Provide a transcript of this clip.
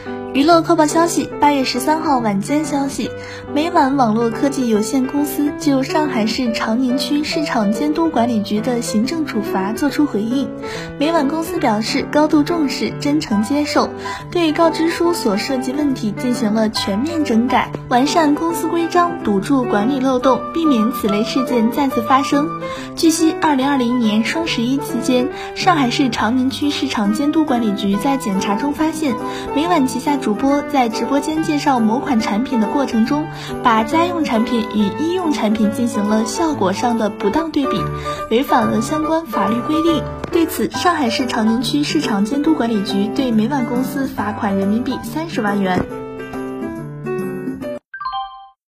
娱乐快报消息，8月13号晚间消息，美晚网络科技有限公司就上海市长宁区市场监督管理局的行政处罚作出回应。美晚公司表示高度重视，真诚接受，对告知书所涉及问题进行了全面整改，完善公司规章，堵住管理漏洞，避免此类事件再次发生。据悉，2020年双11期间，上海市长宁区市场监督管理局在检查中发现，美晚旗下主播在直播间介绍某款产品的过程中，把家用产品与医用产品进行了效果上的不当对比，违反了相关法律规定。对此，上海市长宁区市场监督管理局对美晚公司罚款人民币30万元。